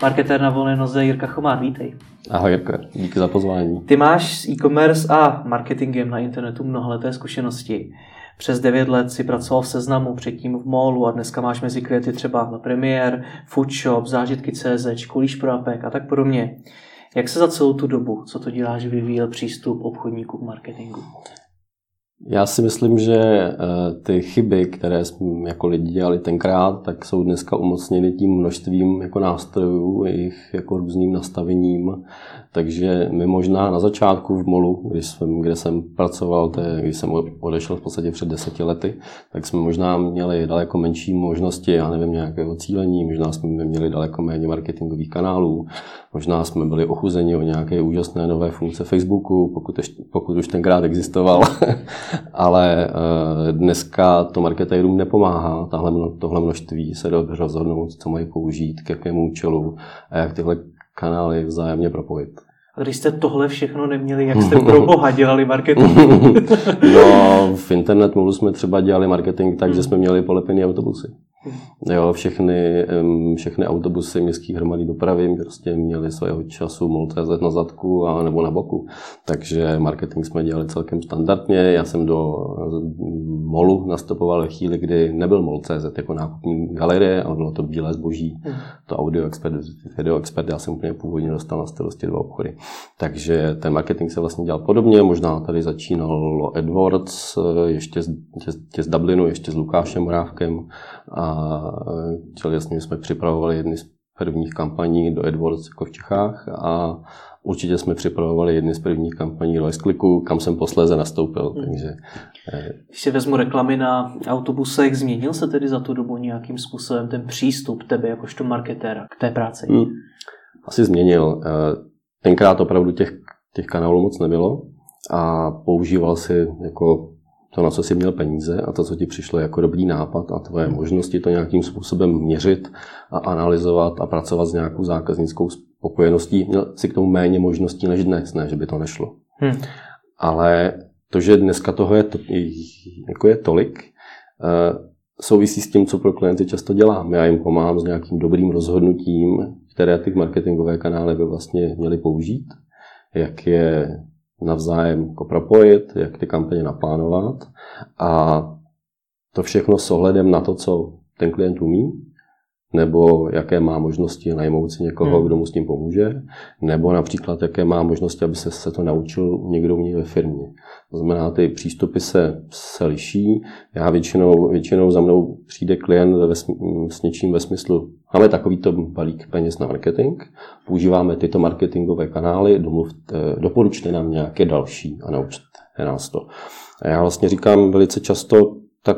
marketér na volné noze Jirka Chomár, vítej. Ahoj Jirka, díky za pozvání. Ty máš s e-commerce a marketingem na internetu mnohaleté zkušenosti. Přes 9 let si pracoval v Seznamu, předtím v Mallu a dneska máš mezi klienty třeba La Première, Foodshop, Zážitky.cz, Kulíš pro Apek a tak podobně. Jak se za celou tu dobu, co to děláš, vyvíjel přístup obchodníků k marketingu? Já si myslím, že ty chyby, které jsme jako lidi dělali tenkrát, tak jsou dneska umocněny tím množstvím jako nástrojů, jejich jako různým nastavením. Takže my možná na začátku v Mallu, kde jsem pracoval, když jsem odešel v podstatě před 10 lety, tak jsme možná měli daleko menší možnosti, já nevím, nějakého cílení, možná jsme měli daleko méně marketingových kanálů, možná jsme byli ochuzeni o nějaké úžasné nové funkce Facebooku, pokud už tenkrát existoval. Ale dneska to marketérům nepomáhá tohle množství se dobře rozhodnout, co mají použít, k jakému účelu a jak tyhle kanály vzájemně propojit. A když jste tohle všechno neměli, jak jste pro boha dělali marketing? No, v Internet Mallu jsme třeba dělali marketing tak, že jsme měli polepený autobusy. Jo, všechny autobusy městských hromadných dopravy prostě měli svého času Mall.cz na zadku a nebo na boku. Takže marketing jsme dělali celkem standardně. Já jsem do Mallu nastupoval ve chvíli, kdy nebyl Mall.cz jako nákupní galerie, ale bylo to bílé zboží. To Audio Expert, Video Expert, já jsem úplně původně dostal na starosti 2 obchody. Takže ten marketing se vlastně dělal podobně. Možná tady začínal AdWords, ještě z Dublinu, ještě s Lukášem Morávkem. A jasně jsme připravovali jedny z prvních kampaní do AdWords jako v Čechách a určitě jsme připravovali jedny z prvních kampaní do S-Clicku, kam jsem posléze nastoupil. Takže, když si vezmu reklamy na autobusech, změnil se tedy za tu dobu nějakým způsobem ten přístup tebe jakožto marketéra k té práci? Asi změnil. Tenkrát opravdu těch kanálů moc nebylo a používal si jako to, na co jsi měl peníze a to, co ti přišlo jako dobrý nápad a tvoje možnosti to nějakým způsobem měřit a analyzovat a pracovat s nějakou zákaznickou spokojeností. Měl si k tomu méně možností než dnes, ne, že by to nešlo. Ale to, že dneska toho je tolik, souvisí s tím, co pro klienty často dělám. Já jim pomáhám s nějakým dobrým rozhodnutím, které ty marketingové kanály by vlastně měly použít, jak je navzájem jako propojit, jak ty kampaně naplánovat a to všechno s ohledem na to, co ten klient umí, nebo jaké má možnosti najmout si někoho, kdo mu s tím pomůže, nebo například jaké má možnosti, aby se to naučil někdo u něj ve firmě. To znamená, ty přístupy se liší. Já většinou za mnou přijde klient s něčím ve smyslu, máme takovýto balík peněz na marketing, používáme tyto marketingové kanály, doporučte nám nějaké další a naučte nás to. A já vlastně říkám velice často, tak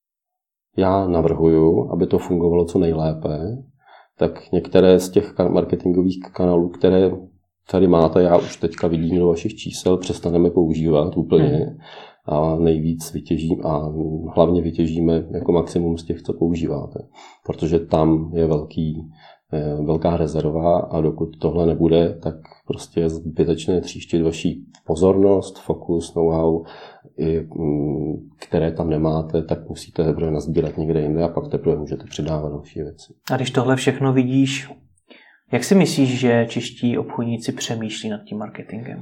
já navrhuju, aby to fungovalo co nejlépe, tak některé z těch marketingových kanálů, které tady máte, já už teďka vidím do vašich čísel, přestaneme používat úplně a nejvíc vytěžím a hlavně vytěžíme jako maximum z těch, co používáte. Protože tam je velká rezerva a dokud tohle nebude, tak prostě je zbytečné tříštit vaši pozornost, fokus, know-how, které tam nemáte, tak musíte teprve nazbírat někde jinde a pak teprve můžete přidávat další věci. A když tohle všechno vidíš, jak si myslíš, že čeští obchodníci přemýšlí nad tím marketingem?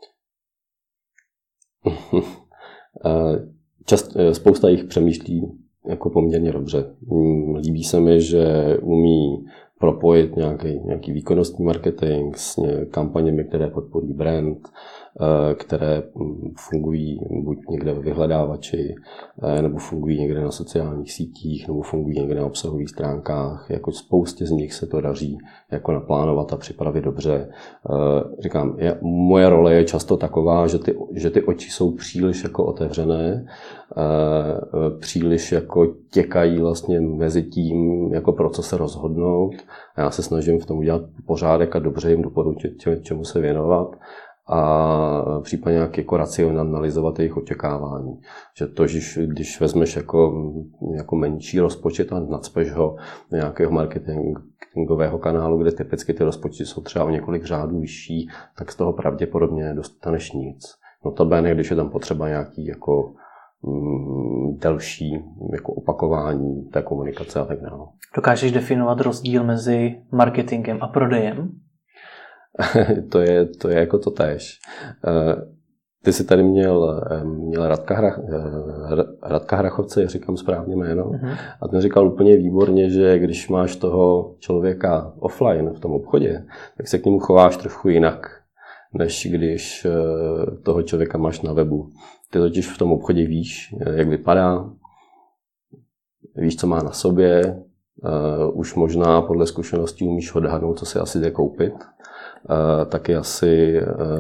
Spousta jich přemýšlí jako poměrně dobře. Líbí se mi, že umí propojit nějaký výkonnostní marketing s kampaněmi, které podporují brand, které fungují buď někde ve vyhledávači, nebo fungují někde na sociálních sítích, nebo fungují někde na obsahových stránkách. Jako spoustě z nich se to daří jako naplánovat a připravit dobře. Říkám, moje role je často taková, že ty oči jsou příliš jako otevřené, příliš jako těkají vlastně mezi tím, jako pro co se rozhodnout. Já se snažím v tom udělat pořádek a dobře jim doporučit, čemu se věnovat a případně nějak jako racionalizovat jejich očekávání. Že to, když vezmeš jako menší rozpočet a nacpeš ho do nějakého marketingového kanálu, kde typicky ty rozpočty jsou třeba o několik řádů vyšší, tak z toho pravděpodobně nedostaneš nic. Notabene, když je tam potřeba nějaký jako delší jako opakování té komunikace a tak dále. Dokážeš definovat rozdíl mezi marketingem a prodejem? To je jako to též. Ty jsi tady měl Radka Hrachovce, říkám správně jméno, a ten říkal úplně výborně, že když máš toho člověka offline v tom obchodě, tak se k němu chováš trochu jinak, než když toho člověka máš na webu. Ty totiž v tom obchodě víš, jak vypadá, víš, co má na sobě, už možná podle zkušeností umíš odhadnout, co si asi jde koupit, taky asi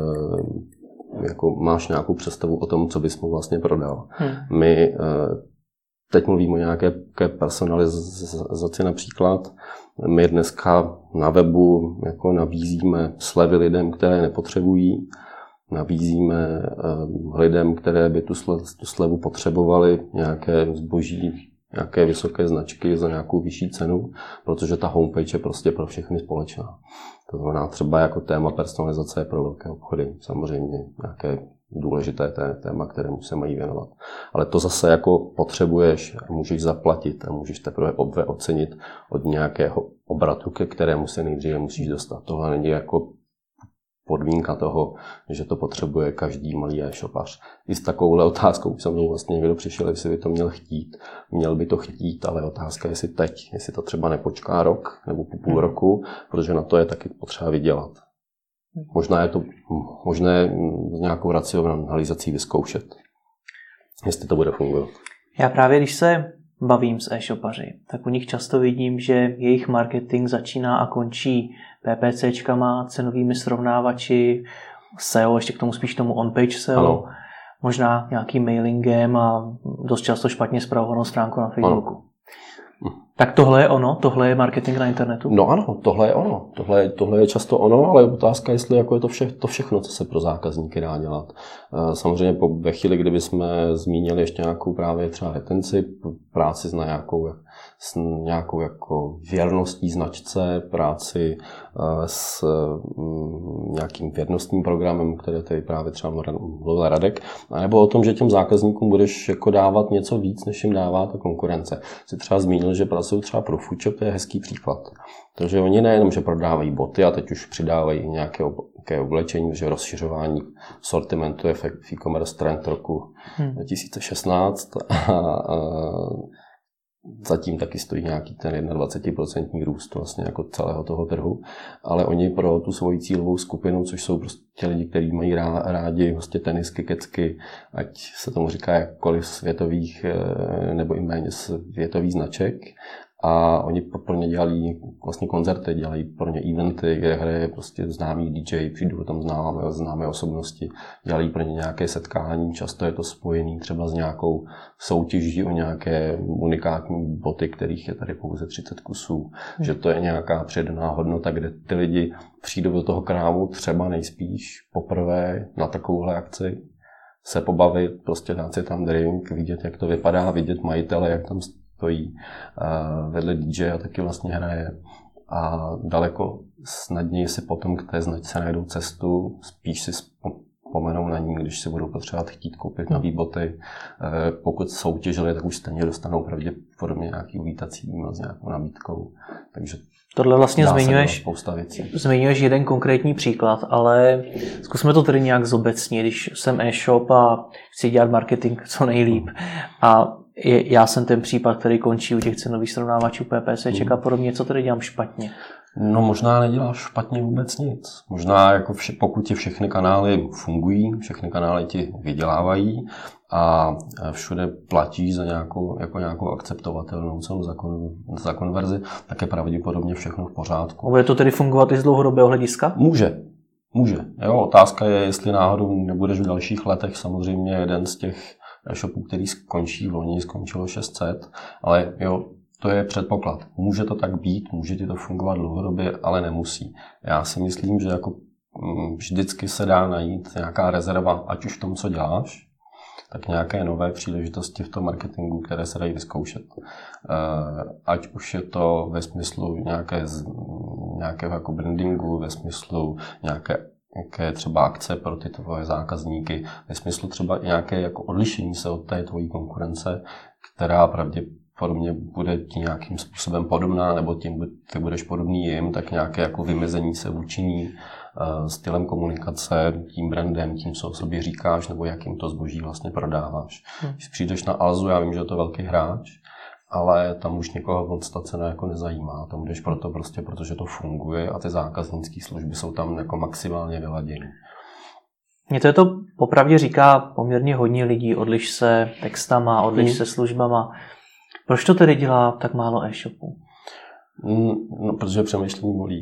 jako máš nějakou představu o tom, co bys mu vlastně prodal. My teď mluvíme o nějaké personalizaci například. My dneska na webu jako nabízíme slevy lidem, které nepotřebují. Nabízíme lidem, které by tu slevu potřebovali, nějaké zboží, nějaké vysoké značky za nějakou vyšší cenu, protože ta homepage je prostě pro všechny společná. To znamená třeba jako téma personalizace je pro velké obchody. Samozřejmě nějaké důležité téma, kterému se mají věnovat. Ale to zase jako potřebuješ a můžeš zaplatit a můžeš teprve ocenit od nějakého obratu, ke kterému se nejdříve musíš dostat. Tohle není jako podmínka toho, že to potřebuje každý malý e-shopař. I s takovouhle otázkou se mnou vlastně někdo přišel, jestli by to měl chtít. Měl by to chtít, ale otázka je, jestli teď, jestli to třeba nepočká rok nebo půl roku, protože na to je taky potřeba vydělat. Možná je to možné s nějakou racionalizací vyzkoušet, jestli to bude fungovat. Já právě, když se bavím s e-shopaři, tak u nich často vidím, že jejich marketing začíná a končí PPCčkama, cenovými srovnávači, SEO, ještě k tomu spíš tomu on-page SEO, ano. Možná nějakým mailingem a dost často špatně spravovanou stránku na Facebooku. Ano. Tak tohle je ono? Tohle je marketing na internetu? No ano, tohle je ono. Tohle je často ono, ale otázka, jestli jako je to všechno, co se pro zákazníky dá dělat. Samozřejmě ve chvíli, kdyby jsme zmínili ještě nějakou právě třeba retenci, práci s nějakou jako věrností značce, práci s nějakým věrnostním programem, které tady právě třeba mluvil Radek, nebo o tom, že těm zákazníkům budeš jako dávat něco víc, než jim dává ta konkurence. Jsi třeba zmínil, že pracují třeba pro Foodshop, to je hezký příklad. Takže oni nejenom, že prodávají boty a teď už přidávají nějaké oblečení, že rozšiřování sortimentu je v e-commerce trend roku 2016 a zatím taky stojí nějaký ten 21% růst vlastně jako celého toho trhu, ale oni pro tu svoji cílovou skupinu, což jsou prostě lidi, kteří mají rádi vlastně tenisky, kecky, ať se tomu říká jakkoliv světových nebo i méně světových značek, a oni pro ně dělají vlastně koncerty, dělají pro ně eventy, kde hraje prostě známý DJ, přijdou tam známé osobnosti, dělají pro ně nějaké setkání, často je to spojený třeba s nějakou soutěží o nějaké unikátní boty, kterých je tady pouze 30 kusů, že to je nějaká přidaná hodnota, kde ty lidi přijdou do toho krámu třeba nejspíš poprvé na takovouhle akci, se pobavit, prostě dát si tam drink, vidět, jak to vypadá, vidět majitele, jak tam stojí vedle DJ a taky vlastně hraje. A daleko snadněji si potom k té značce najdou cestu, spíš si vzpomenou na ní, když si budou potřebovat chtít koupit nový boty. Pokud soutěžili, tak už stejně dostanou pravděpodobně nějaký uvítací e-mail s nějakou nabídkou. Takže tohle vlastně zmiňuješ jeden konkrétní příklad, ale zkusme to tedy nějak zobecnit, když jsem e-shop a chci dělat marketing co nejlíp. A já jsem ten případ, který končí u těch cenových srovnávačů PPCček a podobně, co tedy dělám špatně? No možná neděláš špatně vůbec nic. Možná jako pokud ti všechny kanály fungují, všechny kanály ti vydělávají a všude platíš za nějakou akceptovatelnou cenu za konverzi, tak je pravděpodobně všechno v pořádku. Bude to tedy fungovat i z dlouhodobého hlediska? Může. Jo, otázka je, jestli náhodou nebudeš v dalších letech samozřejmě jeden z těch e-shopů, který skončí v loni, skončilo 600, ale jo, to je předpoklad. Může to tak být, může ti to fungovat dlouhodobě, ale nemusí. Já si myslím, že jako vždycky se dá najít nějaká rezerva, ať už v tom, co děláš, tak nějaké nové příležitosti v tom marketingu, které se dají vyzkoušet. Ať už je to ve smyslu nějakého jako brandingu, ve smyslu nějaké jaké třeba akce pro ty tvoje zákazníky, ve smyslu třeba i nějaké jako odlišení se od té tvojí konkurence, která pravděpodobně bude ti nějakým způsobem podobná, nebo tím ty budeš podobný jim, tak nějaké jako vymezení se vůči ní, stylem komunikace, tím brandem, tím, co o sobě říkáš, nebo jakým to zboží vlastně prodáváš. Když přijdeš na Alzu, já vím, že je to velký hráč, ale tam už někoho moc ta cena jako nezajímá. Tam jdeš proto prostě, protože to funguje a ty zákaznické služby jsou tam jako maximálně vyladěny. Mně to popravdě říká poměrně hodně lidí, odliš se textama, odliš se službama. Proč to tedy dělá tak málo e-shopů? No, protože přemýšlení bolí.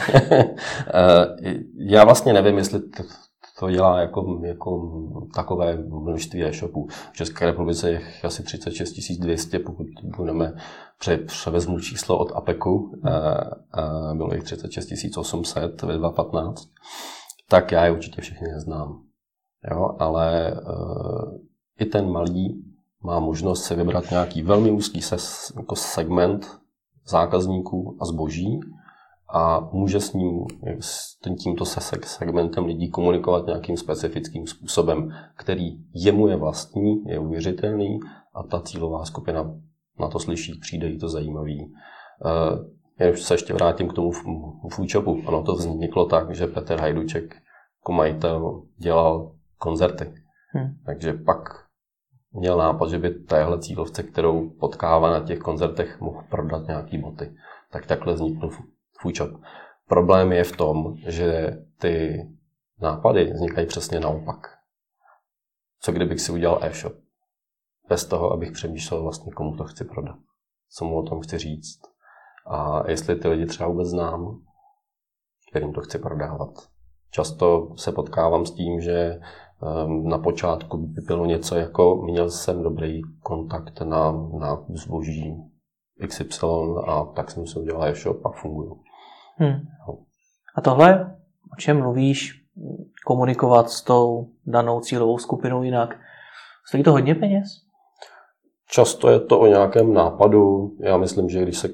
Já vlastně nevím, jestli to dělá jako takové množství e-shopů. V České republice je asi 36 200, pokud budeme převezmu číslo od APECu, bylo jich 36 800 ve 2015, tak já je určitě všechny neznám. Jo, ale i ten malý má možnost si vybrat nějaký velmi úzký jako segment zákazníků a zboží a může s ním, tímto segmentem lidí komunikovat nějakým specifickým způsobem, který jemu je vlastní, je uvěřitelný a ta cílová skupina na to slyší, přijde jí to zajímavý. Já se ještě vrátím k tomu Foodshopu. Ono to vzniklo tak, že Petr Hajduček jako majitel dělal koncerty. Takže pak měl nápad, že by téhle cílovce, kterou potkává na těch koncertech, mohl prodat nějaký boty. Tak takhle vznikl Foodshop. Problém je v tom, že ty nápady vznikají přesně naopak. Co kdybych si udělal e-shop? Bez toho, abych přemýšlel vlastně, komu to chci prodat. Co mu o tom chci říct. A jestli ty lidi třeba vůbec znám, kterým to chci prodávat. Často se potkávám s tím, že na počátku by bylo něco jako měl jsem dobrý kontakt na zboží XY a tak jsem si udělal e-shop a funguju. A tohle, o čem mluvíš, komunikovat s tou danou cílovou skupinou jinak, stojí to hodně peněz? Často je to o nějakém nápadu. Já myslím, že když se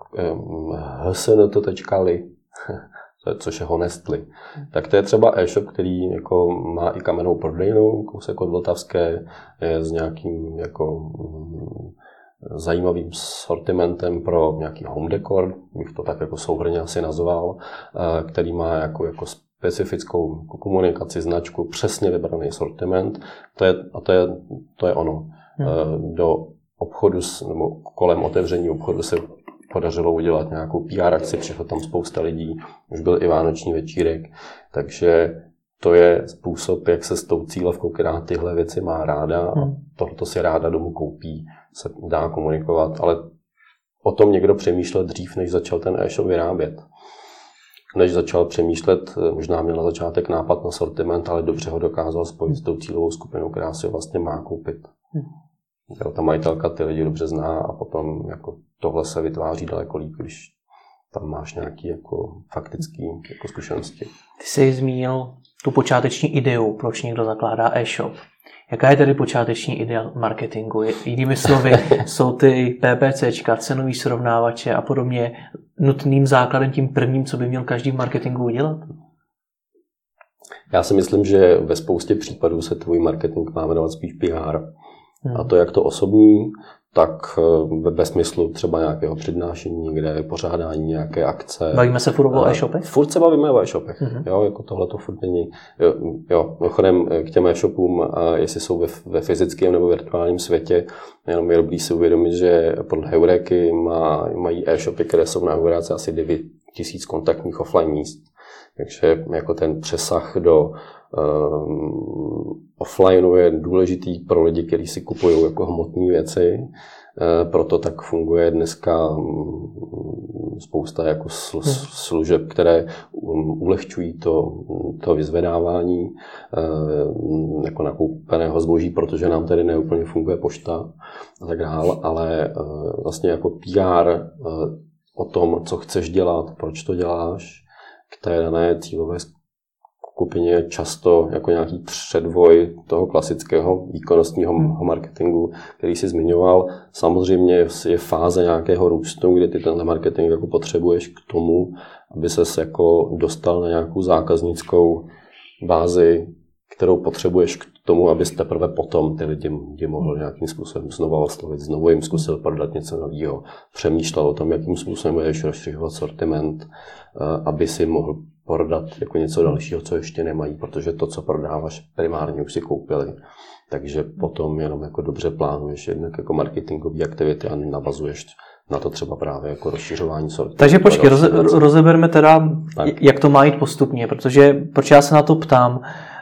hsnt.li, což je Honestly, tak to je třeba e-shop, který jako má i kamennou prodejnu, kousek od Vltavské, je s nějakým jako zajímavým sortimentem pro nějaký home decor, bych to tak jako souhrnně asi nazval, který má jako specifickou komunikaci, značku, přesně vybraný sortiment. To je ono. Do obchodu, nebo kolem otevření obchodu se podařilo udělat nějakou PR akci, přišlo tam spousta lidí, už byl i vánoční večírek, takže to je způsob, jak se s tou cílovkou, která tyhle věci má ráda a tohoto si ráda domů koupí, se dá komunikovat, ale o tom někdo přemýšlel dřív, než začal ten e-shop vyrábět. Než začal přemýšlet, možná měl na začátek nápad na sortiment, ale dobře ho dokázal spojit s tou cílovou skupinou, která si ho vlastně má koupit. Ta majitelka ty lidi dobře zná a potom jako tohle se vytváří daleko líp, když tam máš nějaké jako faktické jako zkušenosti. Ty jsi zmínil tu počáteční ideu, proč někdo zakládá e-shop. Jaká je tedy počáteční idea marketingu? Jinými slovy, jsou ty PPCčka, cenový srovnávače a podobně nutným základem tím prvním, co by měl každý v marketingu udělat? Já si myslím, že ve spoustě případů se tvůj marketing má jmenovat spíš PR. A to jak to osobní, tak ve smyslu třeba nějakého přednášení, kde je pořádání nějaké akce. Bavíme se furt o e-shopech? Furt se bavíme o e-shopech. Jo, jako tohle to furt není. Jo, mimochodem k těm e-shopům, jestli jsou ve fyzickém nebo virtuálním světě, jenom je dobrý si uvědomit, že podle Heuréky mají e-shopy, které jsou na Heuréce asi 9 000 kontaktních offline míst. Takže jako ten přesah do offlineu je důležitý pro lidi, kteří si kupují jako hmotné věci. Proto tak funguje dneska spousta jako služeb, které ulehčují to vyzvedávání jako nakoupeného zboží, protože nám tady neúplně funguje pošta a tak dále, ale vlastně jako PR o tom, co chceš dělat, proč to děláš, k té dané cílové skupině je často jako nějaký předvoj toho klasického výkonnostního marketingu, který si zmiňoval. Samozřejmě je fáze nějakého růstu, kdy ty tenhle marketing jako potřebuješ k tomu, aby ses jako dostal na nějakou zákaznickou bázi, kterou potřebuješ k tomu, abys teprve potom ty lidi mohl nějakým způsobem znovu oslovit, znovu jim zkusil prodat něco nového, přemýšlel o tom, jakým způsobem budeš rozšiřovat sortiment, aby si mohl prodat jako něco dalšího, co ještě nemají, protože to, co prodáváš, primárně už si koupili. Takže potom jenom jako dobře plánuješ jednak jako marketingové aktivity a navazuješ na to třeba právě jako rozšiřování sortimentu. Takže počkej, rozeberme teda, jak to má jít postupně, proč já se na to ptám.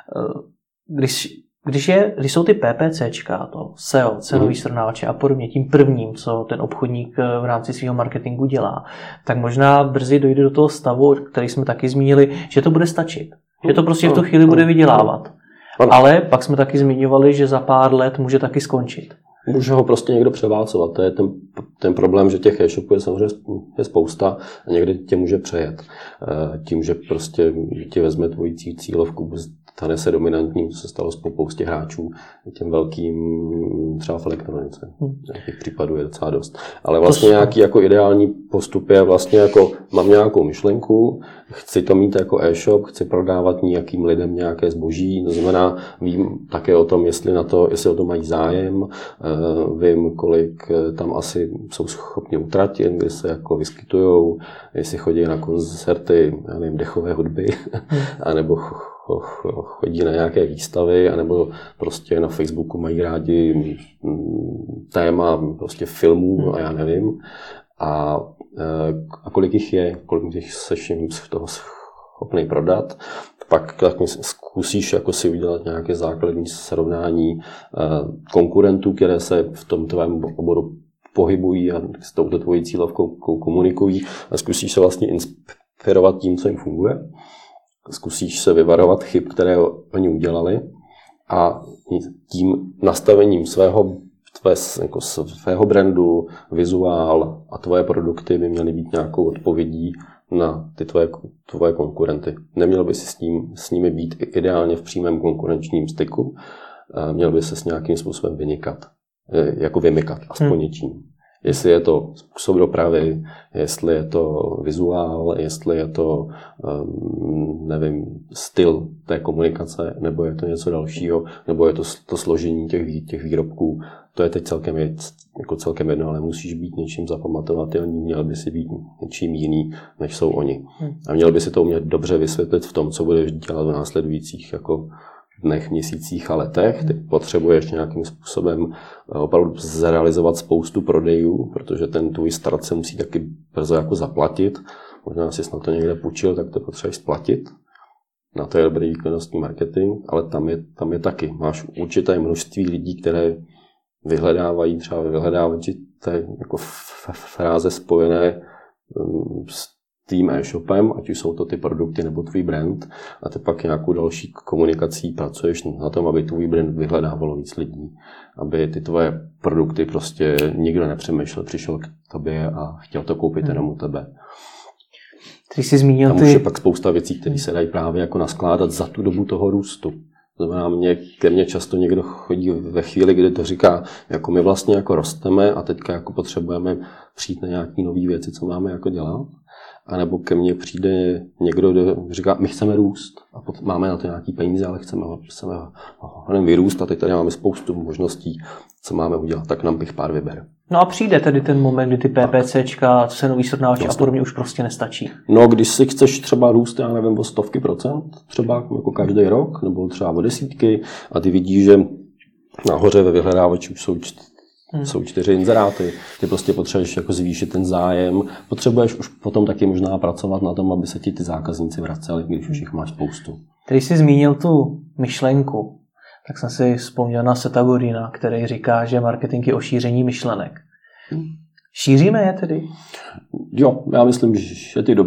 Když jsou ty PPCčka, to SEO, cenový srovnávače a podobně, tím prvním, co ten obchodník v rámci svého marketingu dělá, tak možná brzy dojde do toho stavu, který jsme taky zmínili, že to bude stačit. Že to prostě v tu chvíli bude vydělávat. Ale pak jsme taky zmiňovali, že za pár let může taky skončit. Může ho prostě někdo převálcovat. To je ten problém, že těch e-shopů je samozřejmě spousta a někde tě může přejet. Tím, že prostě ti vezme tvoji cílovku, stane se dominantním, co se stalo s spoustě hráčů, těm velkým třeba v elektronice. Nějakých případů je docela dost. Ale vlastně nějaký jako ideální postup je vlastně jako mám nějakou myšlenku, chci to mít jako e-shop, chci prodávat nějakým lidem nějaké zboží, to znamená vím také o tom, jestli o to mají zájem, vím, kolik tam asi jsou schopni utratit, kde se jako vyskytujou, jestli chodí na koncerty, já nevím, dechové hudby, anebo chodí na nějaké výstavy, anebo prostě na Facebooku mají rádi téma prostě filmů a já nevím. A kolik jich je, kolik jich seš jim z toho schopný prodat. Pak zkusíš jako si udělat nějaké základní srovnání konkurentů, které se v tom tvém oboru pohybují a s touto tvojí cílovkou komunikují a zkusíš se vlastně inspirovat tím, co jim funguje. Zkusíš se vyvarovat chyb, které oni udělali a tím nastavením svého brandu, vizuál a tvoje produkty by měly být nějakou odpovědí na ty tvoje konkurenty. Neměl by si s nimi být ideálně v přímém konkurenčním styku, měl by se s nějakým způsobem vymykat, aspoň něčím. Jestli je to způsob dopravy, jestli je to vizuál, jestli je to, nevím, styl té komunikace, nebo je to něco dalšího, nebo je to složení těch výrobků. To je teď celkem jedno, ale musíš být něčím zapamatovatelný, měl by si být něčím jiný, než jsou oni. A měl by si to umět dobře vysvětlit v tom, co budeš dělat v následujících jako dnech, měsících a letech. Ty potřebuješ nějakým způsobem opravdu zrealizovat spoustu prodejů, protože ten tvůj start se musí taky brzo jako zaplatit. Možná jsi na to někde půjčil, tak to potřebuješ splatit. Na to je dobrý výkonnostní marketing, ale tam je taky. Máš určité množství lidí, které vyhledávají třeba vyhledávači té jako fráze spojené s tím e-shopem, ať už jsou to ty produkty nebo tvůj brand, a ty pak nějakou další komunikací pracuješ na tom, aby tvůj brand vyhledávalo víc lidí, aby ty tvoje produkty prostě nikdo nepřemýšlel, přišel k tobě a chtěl to koupit jenom u tebe. Ty jsi zmínil tam už je pak spousta věcí, které se dají právě jako naskládat za tu dobu toho růstu. To znamená, ke mně často někdo chodí ve chvíli, kdy to říká, jako my vlastně jako rosteme a teďka jako potřebujeme přijít na nějaké nové věci, co máme jako dělat. A nebo ke mně přijde někdo, kdo říká, my chceme růst a máme na to nějaký peníze, ale chceme vyrůst a teď tady máme spoustu možností, co máme udělat, tak nám bych pár vyber. No a přijde tedy ten moment, kdy ty PPCčka, cenový srovnávač a podobně už prostě nestačí. No, když si chceš třeba růst, já nevím, o 100%, třeba jako každý rok, nebo třeba o 10, a ty vidíš, že nahoře ve vyhledávači už jsou 4 inzeráty, ty prostě potřebuješ jako zvýšit ten zájem, potřebuješ už potom taky možná pracovat na tom, aby se ti ty zákazníci vraceli, když už jich máš spoustu. Když jsi zmínil tu myšlenku, tak jsem si vzpomněl na Seta Godina, který říká, že marketing je o šíření myšlenek. Šíříme je tedy? Jo, já myslím, že ty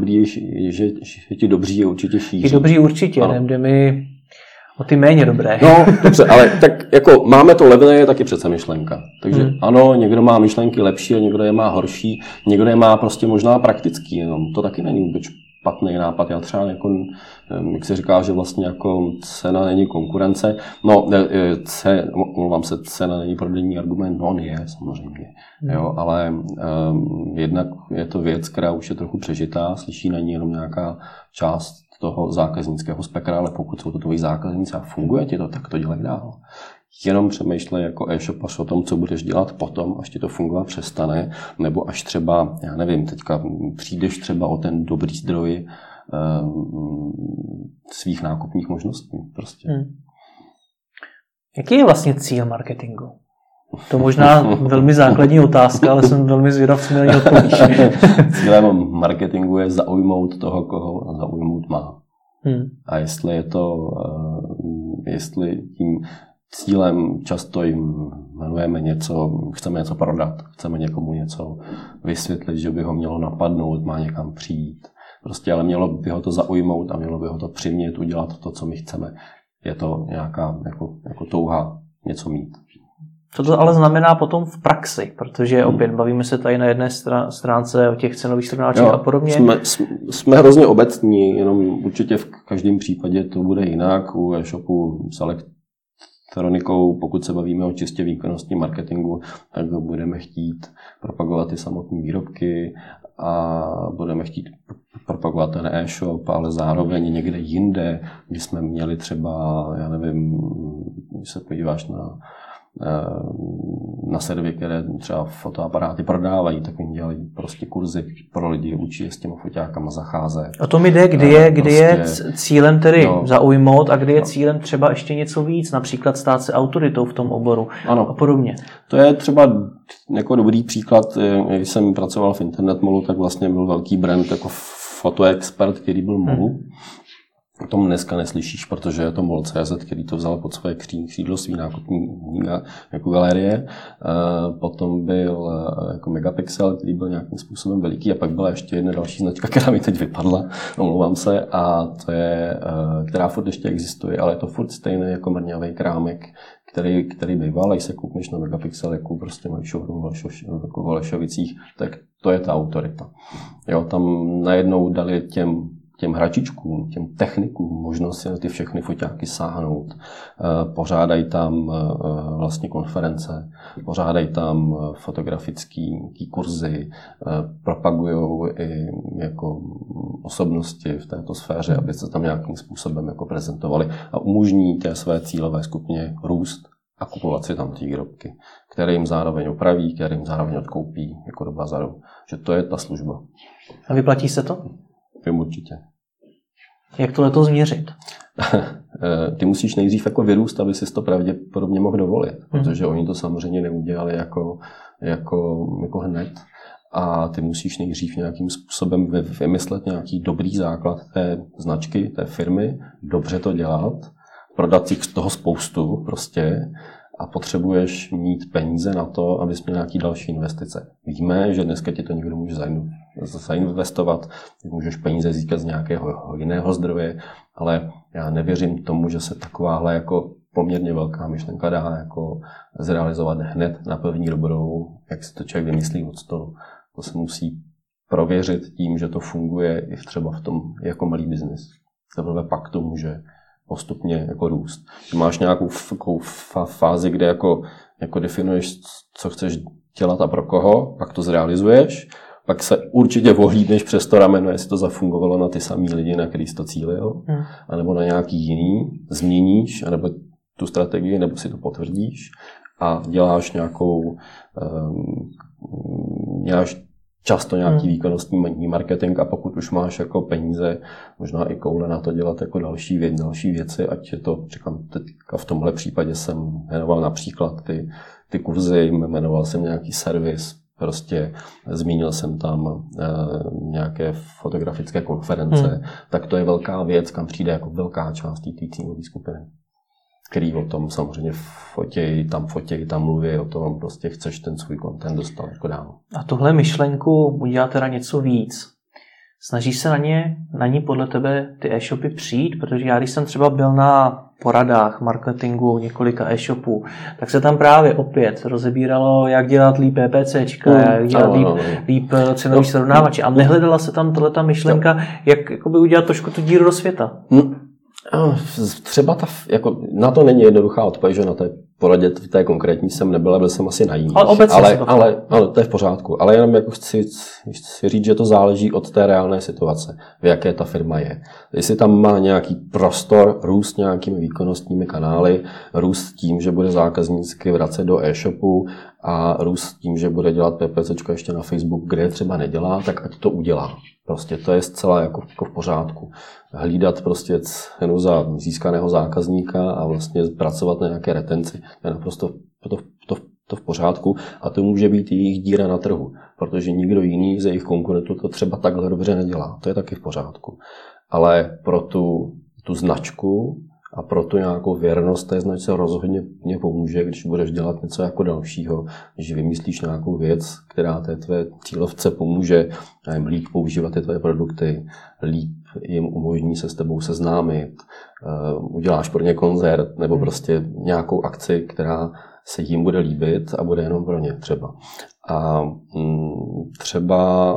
dobří je určitě šíří. Ty dobří určitě, jde mi o ty méně dobré. No, dobře, ale tak jako máme to levné, je taky přece myšlenka. Takže ano, někdo má myšlenky lepší a někdo je má horší, někdo je má prostě možná praktický, jenom to taky není vůbec špatný nápad. Já třeba jako, jak se říká, že vlastně jako cena není konkurence. No, omlouvám se, cena není prodejní argument, no on je samozřejmě. Jo, ale jednak je to věc, která už je trochu přežitá, slyší na ní jenom nějaká část toho zákaznického spektra, ale pokud jsou to tvoji zákazníci a funguje ti to, tak to dělej dál. Jenom přemýšlej jako e-shopař o tom, co budeš dělat potom, až ti to fungovat přestane, nebo až třeba, já nevím, teďka přijdeš třeba o ten dobrý zdroj svých nákupních možností. Prostě. Jaký je vlastně cíl marketingu? To možná velmi základní otázka, ale jsem velmi zvědav, co mi na ní odpovíš. Cílem marketingu je zaujmout toho, koho zaujmout má. A jestli tím cílem často jim jmenujeme něco, chceme něco prodat, chceme někomu něco vysvětlit, že by ho mělo napadnout, má někam přijít. Prostě, ale mělo by ho to zaujmout a mělo by ho to přimět udělat to, co my chceme. Je to nějaká jako touha něco mít. Co to ale znamená potom v praxi? Protože opět bavíme se tady na jedné stránce o těch cenových srovnáčích a podobně. Jsme hrozně obecní, jenom určitě v každém případě to bude jinak. U e-shopu s elektronikou, pokud se bavíme o čistě výkonnostním marketingu, tak budeme chtít propagovat ty samotné výrobky a budeme chtít propagovat ten e-shop, ale zároveň někde jinde, když jsme měli třeba, já nevím, když se podíváš na servery, které třeba fotoaparáty prodávají, tak jim dělají prostě kurzy pro lidi, učí je s těma foťákama zacházet. O tom jde, kdy je cílem tedy zaujmout a kdy je cílem třeba ještě něco víc, například stát se autoritou v tom oboru a podobně. To je třeba jako dobrý příklad, když jsem pracoval v Internet Mallu, tak vlastně byl velký brand jako fotoexpert, který byl Mallu. O tom dneska neslyšíš, protože je to Mall.cz, který to vzal pod svoje křídlo svý nákupní jako galerie. Potom byl jako Megapixel, který byl nějakým způsobem veliký, a pak byla ještě jedna další značka, která mi teď vypadla, omlouvám se, a to je, která furt ještě existuje, ale je to furt stejný jako mrňavý krámek, který býval, když se koupneš na Megapixel, jako prostě mají showroom v Holešovicích, tak to je ta autorita. Jo, tam najednou dali těm hračičkům, těm technikům možnost si na ty všechny foťáky sáhnout. Pořádají tam vlastně konference, pořádají tam fotografické kurzy, propagujou i jako osobnosti v této sféře, aby se tam nějakým způsobem jako prezentovali a umožní té své cílové skupině růst a kupovat si tam ty výrobky, které jim zároveň opraví, které jim zároveň odkoupí jako do bazaru. Že to je ta služba. A vyplatí se to? Vím určitě. Jak to letos změřit? Ty musíš nejdřív jako vyrůst, aby si to pravděpodobně mohl dovolit, protože oni to samozřejmě neudělali jako hned. A ty musíš nejdřív nějakým způsobem vymyslet nějaký dobrý základ té značky, té firmy, dobře to dělat, prodat si z toho spoustu prostě, a potřebuješ mít peníze na to, abys měl nějaký další investice. Víme, že dneska ti to někdo může zainvestovat, můžeš peníze získat z nějakého jiného zdroje, ale já nevěřím tomu, že se takováhle jako poměrně velká myšlenka dá jako zrealizovat hned na první dobrou, jak si to člověk vymyslí od stolu. To se musí prověřit tím, že to funguje i třeba v tom jako malý biznis. Teprve pak to může postupně jako růst. Ty máš nějakou fázi, kde jako definuješ, co chceš dělat a pro koho, pak to zrealizuješ, pak se určitě ohlídneš přes to rameno, jestli to zafungovalo na ty samý lidi, na který jsi to cílil, anebo na nějaký jiný, změníš, anebo tu strategii, nebo si to potvrdíš a děláš často nějaký výkonnostní marketing, a pokud už máš jako peníze, možná i koule na to dělat jako další věci, ať je to, říkám, teďka v tomhle případě jsem jmenoval například ty kurzy, jmenoval jsem nějaký servis, prostě zmínil jsem tam nějaké fotografické konference, tak to je velká věc, kam přijde jako velká část té cílové skupiny, který o tom samozřejmě fotějí, tam mluví o tom, prostě chceš ten svůj content dostat jako dál. A tohle myšlenku udělá teda něco víc. Snažíš se na ní podle tebe ty e-shopy přijít? Protože já, když jsem třeba byl na poradách marketingu několika e-shopů, tak se tam právě opět rozebíralo, jak dělat líp PPCčka, jak dělat líp cenový srovnávače. A nehledala se tam tohleta myšlenka, jak jakoby udělat trošku tu díru do světa. Třeba na to není jednoduchá odpověď, že na to je poradě v té konkrétní jsem nebyl, byl jsem asi na jiný. Ale to je v pořádku. Ale jenom jako chci říct, že to záleží od té reálné situace, v jaké ta firma je. Jestli tam má nějaký prostor, růst nějakými výkonnostními kanály, růst tím, že bude zákazníky vracet do e-shopu a růst tím, že bude dělat PPCčka ještě na Facebook, kde je třeba nedělá, tak ať to udělá. Prostě to je zcela jako v pořádku. Hlídat prostě cenu za získaného zákazníka a vlastně pracovat na nějaké retenci, to je naprosto to v pořádku a to může být jejich díra na trhu, protože nikdo jiný ze jejich konkurentů to třeba takhle dobře nedělá. To je taky v pořádku. Ale pro tu značku a pro tu nějakou věrnost té značce rozhodně mě pomůže, když budeš dělat něco jako dalšího, když vymyslíš nějakou věc, která té tvé cílovce pomůže líp používat ty tvé produkty, líp jim umožní se s tebou seznámit, uděláš pro ně koncert nebo prostě nějakou akci, která se jim bude líbit a bude jenom pro ně třeba. A třeba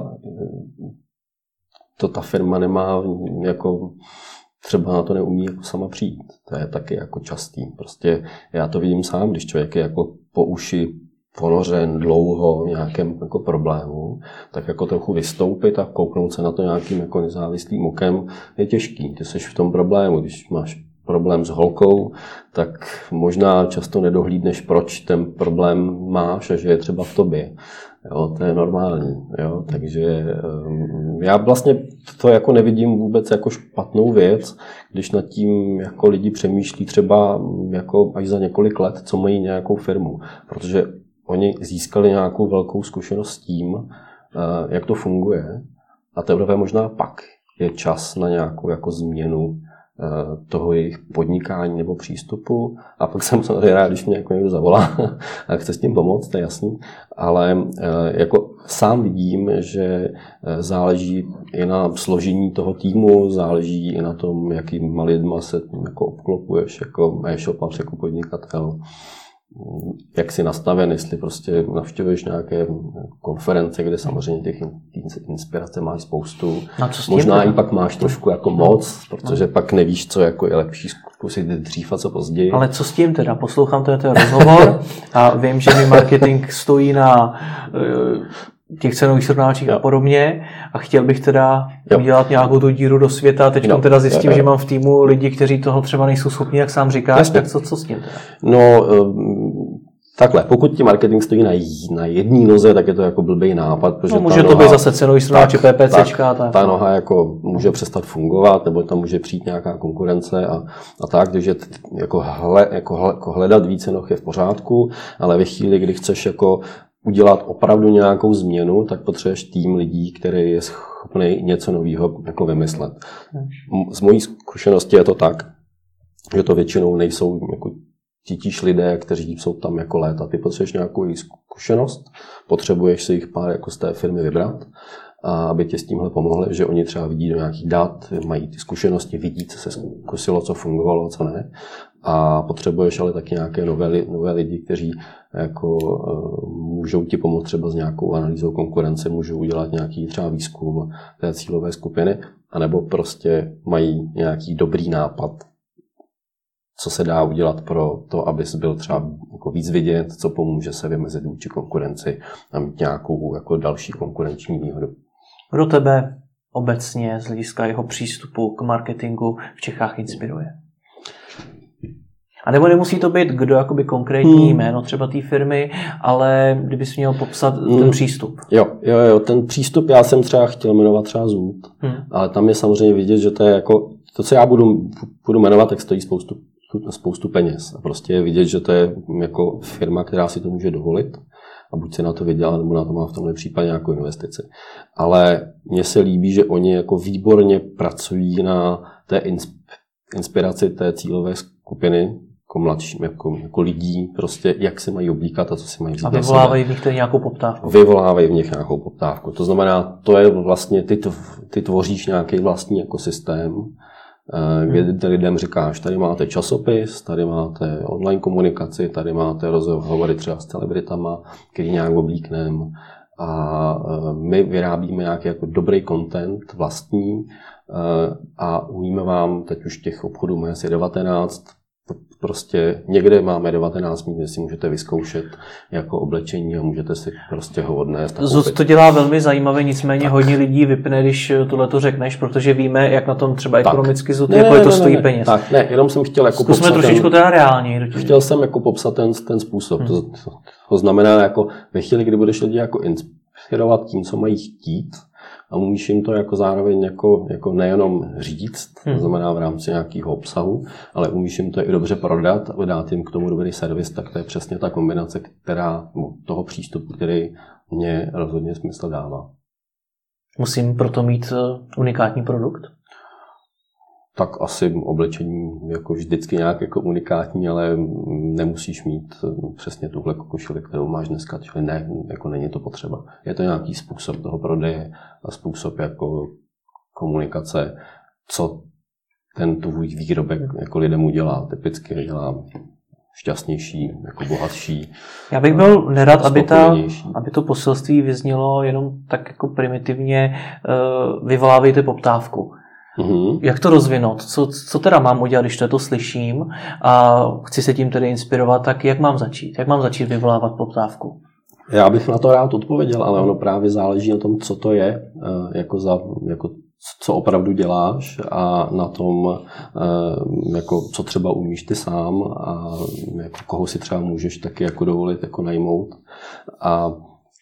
to ta firma nemá jako třeba na to neumí jako sama přijít. To je taky jako častý. Prostě já to vidím sám, když člověk je jako po uši ponořen dlouho v nějakém jako problému, tak jako trochu vystoupit a kouknout se na to nějakým jako nezávislým okem je těžký. Ty jsi v tom problému, když máš problém s holkou, tak možná často nedohlídneš, proč ten problém máš a že je třeba v tobě. Jo, to je normální. Jo? Takže já vlastně to jako nevidím vůbec jako špatnou věc, když nad tím jako lidi přemýšlí třeba jako až za několik let, co mají nějakou firmu. Protože oni získali nějakou velkou zkušenost s tím, jak to funguje a teprve možná pak je čas na nějakou jako změnu toho jejich podnikání nebo přístupu. A pak jsem samozřejmě rád, když mě jako někdo zavolá a chce s tím pomoct, to je jasný. Ale jako sám vidím, že záleží i na složení toho týmu, záleží i na tom, jakýma lidma se jako obklopuješ jako e-shopař, jako podnikatel. Jak si nastaven, jestli prostě navštěvuješ nějaké konference, kde samozřejmě těch inspirace máš spoustu. Možná i pak máš trošku jako moc, protože pak nevíš, co jako je lepší zkusit dřív a co později. Ale co s tím teda? Poslouchám ten rozhovor a vím, že mi marketing stojí na těch cenových srovnáčích a podobně a chtěl bych teda udělat nějakou tu díru do světa. Teď teda zjistím, že mám v týmu lidi, kteří toho třeba nejsou schopni, jak sám říkáš, tak co s tím teda? No, takhle, pokud ti marketing stojí na jedné noze, tak je to jako blbý nápad. No, může to být zase cenový srovnáč, PPCčka. Tak. Ta noha jako může přestat fungovat, nebo tam může přijít nějaká konkurence a tak, takže jako hledat více noh je v pořádku, ale ve chvíli, kdy chceš jako udělat opravdu nějakou změnu, tak potřebuješ tým lidí, který je schopný něco nového jako vymyslet. Z mojí zkušenosti je to tak, že to většinou nejsou jako titíž lidé, kteří jsou tam jako léta. Ty potřebuješ nějakou zkušenost, potřebuješ si jich pár jako z té firmy vybrat, a aby tě s tímhle pomohli, že oni třeba vidí do nějakých dat, mají ty zkušenosti, vidí, co se zkusilo, co fungovalo, co ne. A potřebuješ ale taky nějaké nové lidi, kteří jako můžou ti pomoct třeba s nějakou analýzou konkurence, můžou udělat nějaký třeba výzkum té cílové skupiny, anebo prostě mají nějaký dobrý nápad, co se dá udělat pro to, abys byl třeba jako víc vidět, co pomůže se vymezit vůči konkurenci a mít nějakou jako další konkurenční výhodu. Kdo tebe obecně z hlediska jeho přístupu k marketingu v Čechách inspiruje? A nebo nemusí to být kdo jakoby konkrétní jméno třeba té firmy, ale kdybys měl popsat ten přístup. Jo, ten přístup já jsem třeba chtěl jmenovat třeba Zoot, ale tam je samozřejmě vidět, že to je jako to, co já budu jmenovat, tak stojí spoustu peněz. A prostě je vidět, že to je jako firma, která si to může dovolit a buď se na to vydělá, nebo na to má v tomhle případě nějakou investici. Ale mně se líbí, že oni jako výborně pracují na té inspiraci té cílové skupiny, jako mladším, jako lidí, prostě jak se mají oblíkat a co si mají vzít. A vyvolávají v nich nějakou poptávku. Vyvolávají v nich nějakou poptávku. To znamená, to je vlastně, ty tvoříš nějaký vlastní ekosystém, kde lidem říkáš, tady máte časopis, tady máte online komunikaci, tady máte rozhovory třeba s celebritama, který nějak oblíkneme a my vyrábíme nějaký jako dobrý content vlastní a umíme vám, teď už těch obchodů máme asi 19, prostě někde máme 19 míst, kde si můžete vyzkoušet jako oblečení a můžete si prostě ho odnést. ZUS to dělá velmi zajímavě, nicméně tak. Hodně lidí vypne, když tohleto řekneš, protože víme, jak na tom třeba ekonomicky ZUS, jako to stojí peněz. Tak, ne, jenom jsem chtěl jako popsat trošičku teda reálně. Chtěl jsem jako popsat ten způsob. To znamená, jako ve chvíli, kdy budeš lidi jako inspirovat tím, co mají chtít, a umíš jim to jako zároveň jako nejenom říct, to znamená v rámci nějakého obsahu, ale umíš jim to i dobře prodat a dát jim k tomu dobrý servis, tak to je přesně ta kombinace, toho přístupu, který mě rozhodně smysl dává. Musím proto mít unikátní produkt? Tak asi oblečení jako vždycky nějak jako unikátní, ale nemusíš mít přesně tuhle košili, kterou máš dneska, čili ne, jako není to potřeba. Je to nějaký způsob toho prodeje a způsob jako komunikace, co ten tvůj výrobek jako lidem udělá. Typicky dělá šťastnější, jako bohatší. Já bych byl nerad, aby to poselství vyznělo jenom tak jako primitivně vyvolávejte poptávku. Uhum. Jak to rozvinout? Co teda mám udělat, když to slyším a chci se tím tedy inspirovat, tak jak mám začít? Jak mám začít vyvolávat poptávku? Já bych na to rád odpověděl, ale ono právě záleží na tom, co to je, co opravdu děláš a na tom, jako, co třeba umíš ty sám a jako, koho si třeba můžeš taky jako dovolit jako najmout. A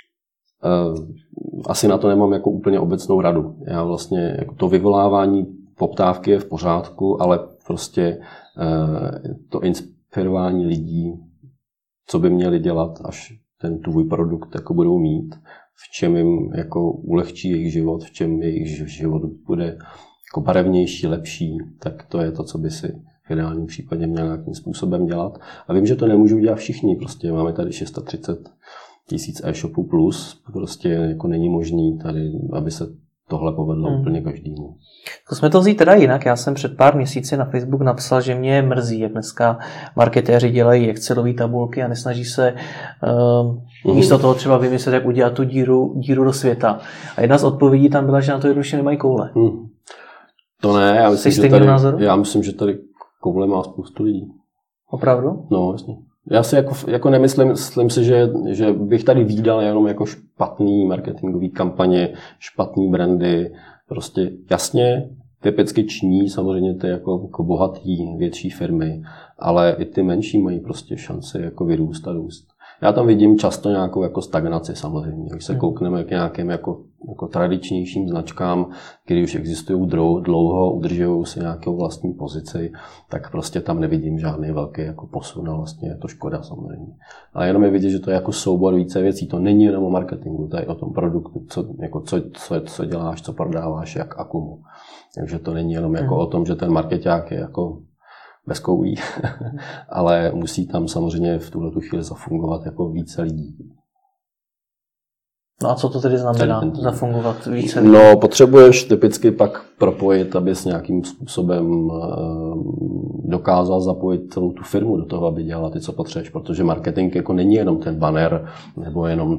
asi na to nemám jako úplně obecnou radu. Já vlastně jako to vyvolávání poptávky je v pořádku, ale prostě to inspirování lidí, co by měli dělat, až ten tvůj produkt jako budou mít, v čem jim jako ulehčí jejich život, v čem jejich život bude jako barevnější, lepší, tak to je to, co by si v ideálním případě měl nějakým způsobem dělat. A vím, že to nemůžou dělat všichni. Prostě máme tady 630 000 e-shopů plus, prostě jako není možný tady, aby se tohle povedlo úplně každému. Zkusme to vzít teda jinak. Já jsem před pár měsíci na Facebook napsal, že mě mrzí, jak dneska marketéři dělají excelové tabulky a nesnaží se místo toho třeba vymyslet, jak udělat tu díru do světa. A jedna z odpovědí tam byla, že na to jednoduše nemají koule. To ne, já myslím, že tady koule má spoustu lidí. Opravdu? No, jasně. Já si jako nemyslím, myslím si, že bych tady vídal jenom jako špatný marketingový kampaně, špatný brandy, prostě jasně, typicky ční, samozřejmě ty jako bohatý, větší firmy, ale i ty menší mají prostě šanci jako vyrůst a růst. Já tam vidím často nějakou jako stagnaci samozřejmě. Když se koukneme k nějakým jako tradičnějším značkám, které už existují dlouho, udržují se nějakou vlastní pozici, tak prostě tam nevidím žádný velký jako posun a vlastně je to škoda samozřejmě. Ale jenom je vidět, že to je jako soubor více věcí. To není jenom o marketingu, to je o tom produktu, co děláš, co prodáváš, jak a komu. Takže to není jenom jako o tom, že ten markeťák je jako bez koulí, ale musí tam samozřejmě v tuhletu chvíli zafungovat jako více lidí. No a co to tedy znamená zafungovat více lidí? No, potřebuješ typicky pak propojit, abys nějakým způsobem dokázal zapojit celou tu firmu do toho, aby dělala ty, co potřebuješ, protože marketing jako není jenom ten banner nebo jenom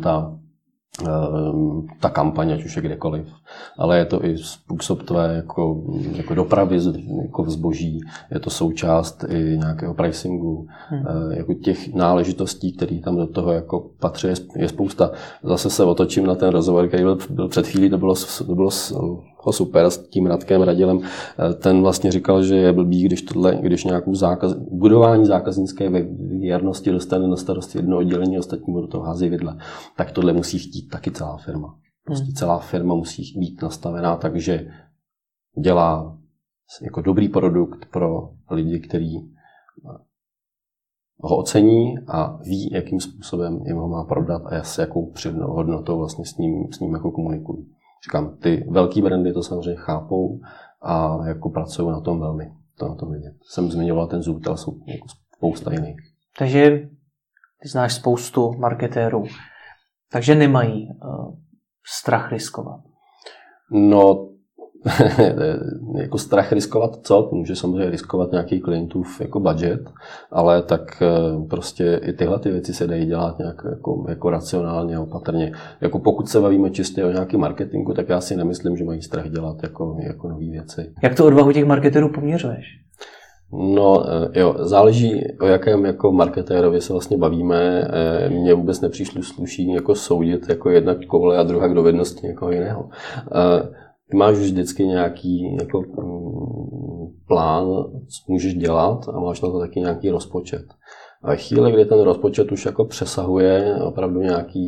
ta kampaň, ať už je kdekoliv, ale je to i způsob tvé jako dopravy jako zboží, je to součást i nějakého pricingu, jako těch náležitostí, které tam do toho jako patří, je spousta. Zase se otočím na ten rozhovor, který byl před chvílí, to bylo super s tím Radkem Radilem. Ten vlastně říkal, že je blbý, když nějakou budování zákaznické věrnosti dostane na starost jedno oddělení, ostatnímu do toho hází vidle. Tak tohle musí chtít taky celá firma. Prostě celá firma musí být nastavená tak, že dělá jako dobrý produkt pro lidi, kteří ho ocení a ví, jakým způsobem jim ho má prodat a jakou přidanou hodnotou vlastně s ním jako komunikují. Říkám, ty velký brandy to samozřejmě chápou a jako pracují na tom velmi. To na tom vidět. Jsem zmiňoval ten ZUS, ale jsou jako spousta jiných. Takže ty znáš spoustu marketérů, takže nemají strach riskovat. No, jako strach riskovat co? Může samozřejmě riskovat nějaký klientův jako budget, ale tak prostě i tyhle ty věci se dají dělat nějak jako racionálně a opatrně. Jako pokud se bavíme čistě o nějakém marketingu, tak já si nemyslím, že mají strach dělat jako nové věci. Jak to odvahu těch marketerů poměřuješ? No jo, záleží, o jakém jako marketérovi se vlastně bavíme. Mně vůbec nepřísluší jako soudit jako jednak koule a druhá k dovednosti někoho jiného. Ty máš už vždycky nějaký jako plán, co můžeš dělat a máš na to taky nějaký rozpočet. A ve chvíli, kdy ten rozpočet už jako přesahuje opravdu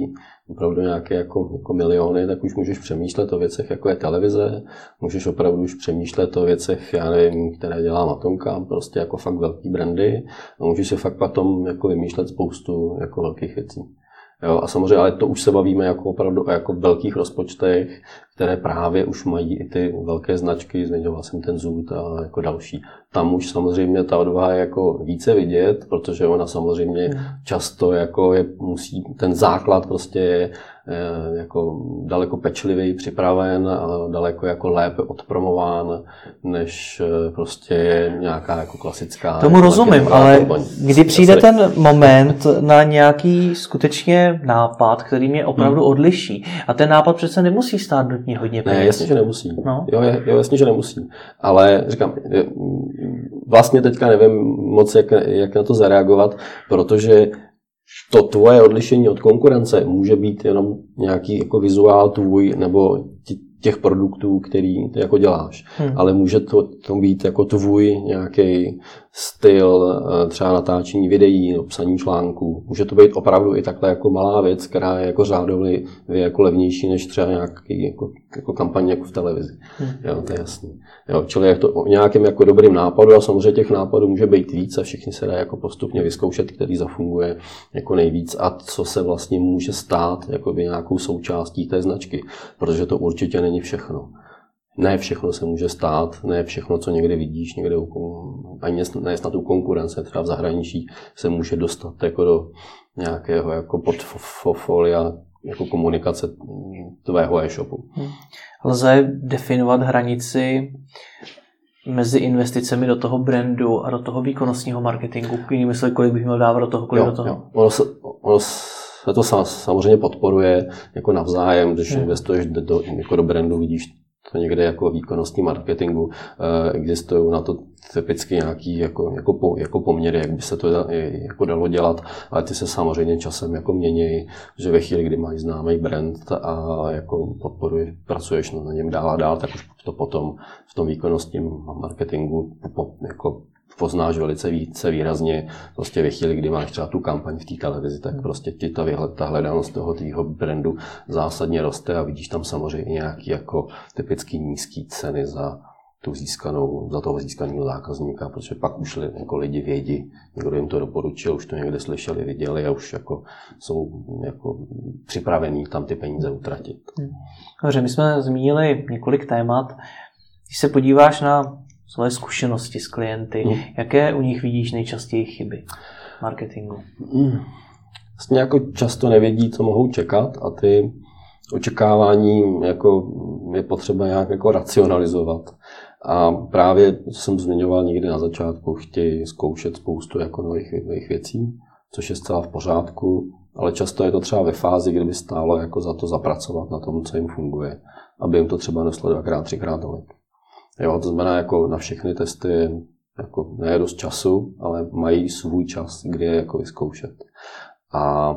nějaké jako miliony, tak už můžeš přemýšlet o věcech, jako je televize, můžeš opravdu už přemýšlet o věcech, já nevím, které dělá Matonka, prostě jako fakt velký brandy a můžeš si fakt potom jako vymýšlet spoustu jako velkých věcí. Jo, a samozřejmě, ale to už se bavíme jako opravdu o jako velkých rozpočtech, které právě už mají i ty velké značky, zmiňoval jsem ten Zoot a jako další. Tam už samozřejmě ta odvaha je jako více vidět, protože ona samozřejmě často jako musí, ten základ prostě je jako daleko pečlivěji připraven a daleko jako lépe odpromován, než prostě je nějaká jako klasická. Tomu rozumím, ale kdy přijde ten moment na nějaký skutečně nápad, který mě opravdu odliší. A ten nápad přece nemusí stát nutně hodně peněz. Ne, jasně, že nemusí. No. Jo, jasně, že nemusí. Ale říkám, vlastně teďka nevím moc, jak na to zareagovat, protože to tvoje odlišení od konkurence může být jenom nějaký jako vizuál tvůj nebo těch produktů, který ty jako děláš. Ale může to být jako tvůj nějaký styl, třeba natáčení videí, psaní článků. Může to být opravdu i takhle jako malá věc, která je jako řádově jako levnější než třeba nějaký jako kampaň jako v televizi. Jo, to je jasný. Jo, čili je to o nějakém jako dobrým nápadu a samozřejmě těch nápadů může být víc a všichni se dá jako postupně vyzkoušet, který zafunguje jako nejvíc a co se vlastně může stát jako nějakou součástí té značky, protože to určitě není všechno. Ne všechno se může stát, ne všechno, co někde vidíš, někde ani snad u konkurence, třeba v zahraničí, se může dostat jako do nějakého jako portfolia jako komunikace tvého e-shopu. Lze definovat hranici mezi investicemi do toho brandu a do toho výkonnostního marketingu? Jinými slovy, kolik bych měl dávat do toho, kolik do toho? Jo. Ono se to samozřejmě podporuje jako navzájem, když investuješ do brandu, vidíš to někde jako výkonnostní marketingu, existují na to typicky nějaký jako poměry, jak by se to jako dalo dělat, ale ty se samozřejmě časem jako mění, že ve chvíli, kdy máš známý brand a jako pracuješ na něm dál a dál, tak už to potom v tom výkonnostním marketingu jako poznáš velice více výrazně. Prostě ve chvíli, kdy máš třeba tu kampaň v té televizi, tak prostě ti ta hledanost toho tvýho brandu zásadně roste a vidíš tam samozřejmě nějaký jako typicky nízký ceny za toho získaného zákazníka, protože pak už jako lidi vědí, někdo jim to doporučil, už to někde slyšeli, viděli a už jako jsou jako připravení tam ty peníze utratit. Dobře, my jsme zmínili několik témat. Když se podíváš na svoje zkušenosti s klienty, jaké u nich vidíš nejčastěji chyby v marketingu? Vlastně jako často nevědí, co mohou čekat a ty očekávání jako je potřeba nějak jako racionalizovat. A právě, co jsem zmiňoval někdy na začátku, chtějí zkoušet spoustu jako nových věcí, což je zcela v pořádku, ale často je to třeba ve fázi, kdyby stálo jako za to zapracovat na tom, co jim funguje, aby jim to třeba neslo 2x, 3x tolik. Jo, to znamená, jako na všechny testy jako ne dost času, ale mají svůj čas, kdy je jako vyzkoušet. A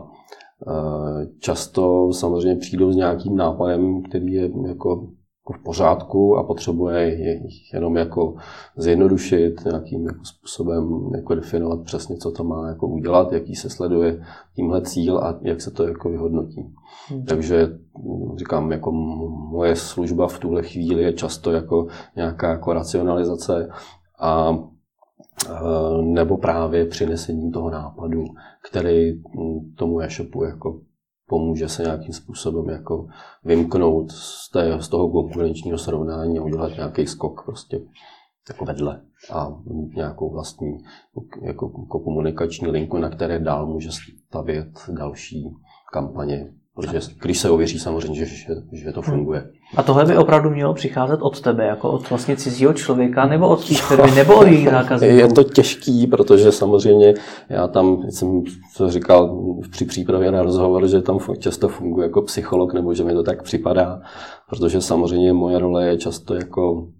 často samozřejmě přijdou s nějakým nápadem, který je jako v pořádku a potřebuje jenom jako zjednodušit, nějakým jako způsobem jako definovat přesně, co to má jako udělat, jaký se sleduje tímhle cíl a jak se to jako vyhodnotí. Takže říkám, jako moje služba v tuhle chvíli je často jako nějaká jako racionalizace a nebo právě přinesení toho nápadu, který tomu e-shopu jako pomůže se nějakým způsobem jako vymknout z toho konkurenčního srovnání a udělat nějaký skok prostě jako vedle a mít nějakou vlastní jako komunikační linku, na které dál může stavět další kampaně. Protože když se ověří samozřejmě, že to funguje. A tohle by opravdu mělo přicházet od tebe, jako od vlastně cizího člověka, nebo od té firmy, nebo od jejich zákazníků? Je to těžký, protože samozřejmě já tam jsem to říkal při přípravě na rozhovor, že tam často funguje jako psycholog, nebo že mi to tak připadá, protože samozřejmě moje role je často jako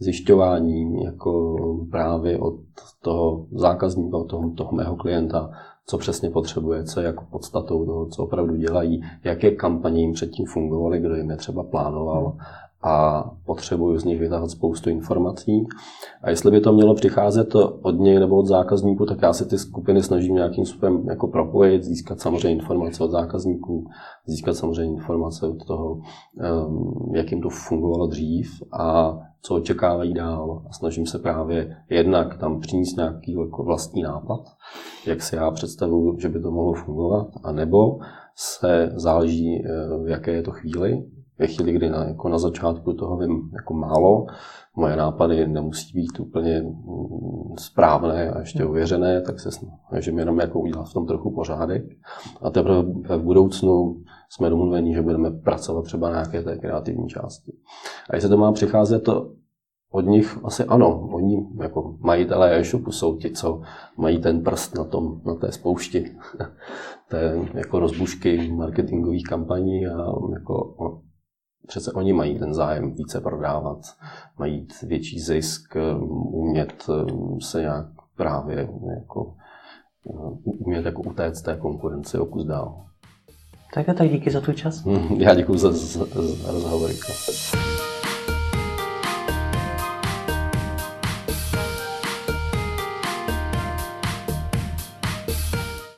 zjišťování jako právě od toho zákazníka, od toho mého klienta, co přesně potřebuje, co je jako podstatou toho, co opravdu dělají, jaké kampaně jim předtím fungovaly, kdo jim je třeba plánoval a potřebuju z nich vytáhat spoustu informací. A jestli by to mělo přicházet od něj nebo od zákazníků, tak já se ty skupiny snažím nějakým způsobem jako propojit, získat samozřejmě informace od zákazníků, získat samozřejmě informace od toho, jak jim to fungovalo dřív a co očekávají dál. A snažím se právě jednak tam přinést nějaký jako vlastní nápad, jak si já představuju, že by to mohlo fungovat, anebo se záleží, v jaké je to chvíli. Ve chvíli, kdy na začátku toho vím jako málo, moje nápady nemusí být úplně správné a ještě ověřené, tak se snažím jenom jako udělat v tom trochu pořádek. A teprve v budoucnu jsme domluveni, že budeme pracovat třeba na nějaké té kreativní části. A jestli to má přicházet od nich, asi ano. Oni jako majitelé e-shopu jsou ti, co mají ten prst na té spoušti té jako rozbušky marketingových kampaní a jako přece oni mají ten zájem více prodávat, mají větší zisk, umět se nějak právě jako umět jako utéct té konkurenci o kus dál. Tak díky za tvůj čas. Já děkuji za rozhovor.